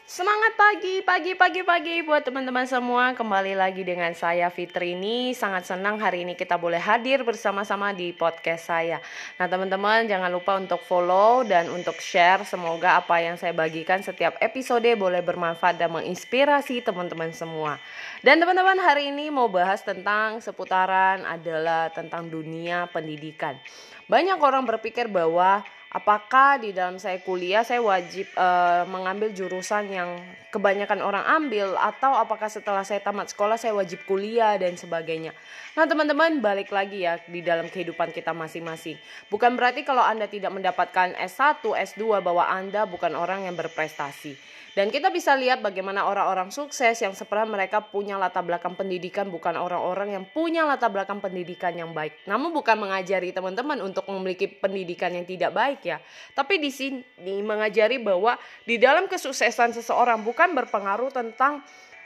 Semangat pagi buat teman-teman semua. Kembali lagi dengan saya Fitri ini. Sangat senang hari ini kita boleh hadir bersama-sama di podcast saya. Nah teman-teman jangan lupa untuk follow dan untuk share. Semoga apa yang saya bagikan setiap episode boleh bermanfaat dan menginspirasi teman-teman semua. Dan teman-teman hari ini mau bahas tentang seputaran adalah tentang dunia pendidikan. Banyak orang berpikir bahwa apakah di dalam saya kuliah saya wajib mengambil jurusan yang kebanyakan orang ambil, atau apakah setelah saya tamat sekolah saya wajib kuliah dan sebagainya. Nah teman-teman, balik lagi ya di dalam kehidupan kita masing-masing. Bukan berarti kalau Anda tidak mendapatkan S1, S2 bahwa Anda bukan orang yang berprestasi. Dan kita bisa lihat bagaimana orang-orang sukses yang sebenarnya mereka punya latar belakang pendidikan bukan orang-orang yang punya latar belakang pendidikan yang baik. Namun bukan mengajari teman-teman untuk memiliki pendidikan yang tidak baik ya. Tapi di sini mengajari bahwa di dalam kesuksesan seseorang bukan berpengaruh tentang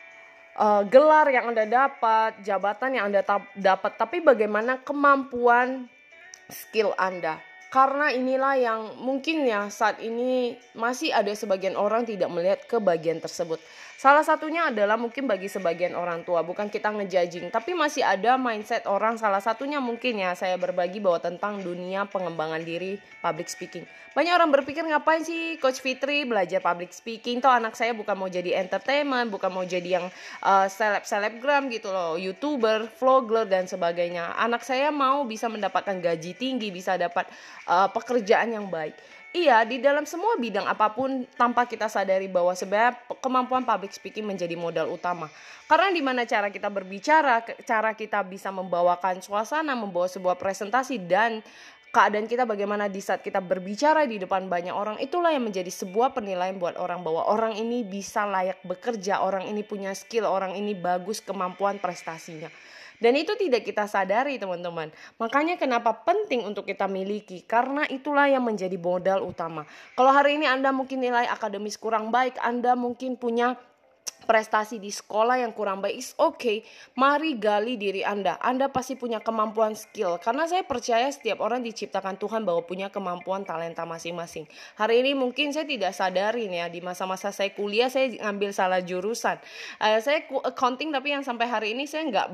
gelar yang Anda dapat, jabatan yang Anda dapat, tapi bagaimana kemampuan skill Anda. Karena inilah yang mungkin ya saat ini masih ada sebagian orang tidak melihat ke bagian tersebut. Salah satunya adalah mungkin bagi sebagian orang tua, bukan kita ngejudging, tapi masih ada mindset orang. Salah satunya mungkin ya saya berbagi bahwa tentang dunia pengembangan diri public speaking. Banyak orang berpikir ngapain sih Coach Fitri belajar public speaking? Toh anak saya bukan mau jadi entertainment, bukan mau jadi yang selebgram gitu loh, YouTuber, vlogger dan sebagainya. Anak saya mau bisa mendapatkan gaji tinggi, bisa dapat pekerjaan yang baik. Iya, di dalam semua bidang apapun tanpa kita sadari bahwa sebenarnya kemampuan public speaking menjadi modal utama. Karena di mana cara kita berbicara, cara kita bisa membawakan suasana, membawa sebuah presentasi dan keadaan kita bagaimana di saat kita berbicara di depan banyak orang, itulah yang menjadi sebuah penilaian buat orang bahwa orang ini bisa layak bekerja, orang ini punya skill, orang ini bagus kemampuan prestasinya. Dan itu tidak kita sadari teman-teman. Makanya kenapa penting untuk kita miliki, karena itulah yang menjadi modal utama. Kalau hari ini Anda mungkin nilai akademis kurang baik, Anda mungkin punya prestasi di sekolah yang kurang baik, is okay. Mari gali diri Anda. Anda pasti punya kemampuan skill. Karena saya percaya setiap orang diciptakan Tuhan bahwa punya kemampuan talenta masing-masing. Hari ini mungkin saya tidak sadarin ya, di masa-masa saya kuliah saya ngambil salah jurusan. Saya accounting, tapi yang sampai hari ini saya nggak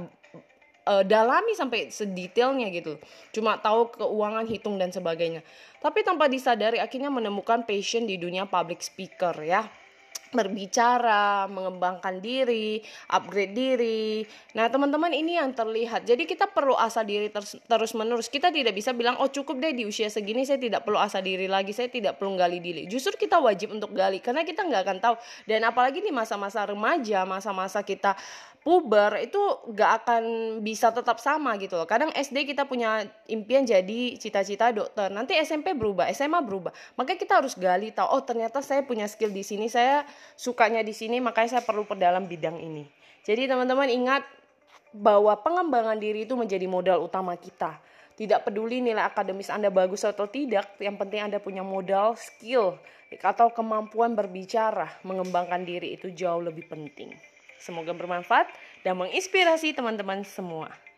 dalami sampai sedetailnya gitu. Cuma tahu keuangan, hitung dan sebagainya. Tapi tanpa disadari akhirnya menemukan passion di dunia public speaker ya. Berbicara, mengembangkan diri, upgrade diri. Nah teman-teman, ini yang terlihat. Jadi kita perlu asah diri terus menerus. Kita tidak bisa bilang oh cukup deh di usia segini saya tidak perlu asah diri lagi, saya tidak perlu gali diri. Justru kita wajib untuk gali, karena kita nggak akan tahu. Dan apalagi di masa-masa remaja, masa-masa kita puber, itu gak akan bisa tetap sama gitu loh. Kadang SD kita punya impian jadi cita-cita dokter, nanti SMP berubah, SMA berubah. Makanya kita harus gali tahu, oh ternyata saya punya skill di sini, saya sukanya di sini, makanya saya perlu perdalam bidang ini. Jadi teman-teman ingat bahwa pengembangan diri itu menjadi modal utama kita. Tidak peduli nilai akademis Anda bagus atau tidak, yang penting Anda punya modal skill atau kemampuan berbicara, mengembangkan diri itu jauh lebih penting. Semoga bermanfaat dan menginspirasi teman-teman semua.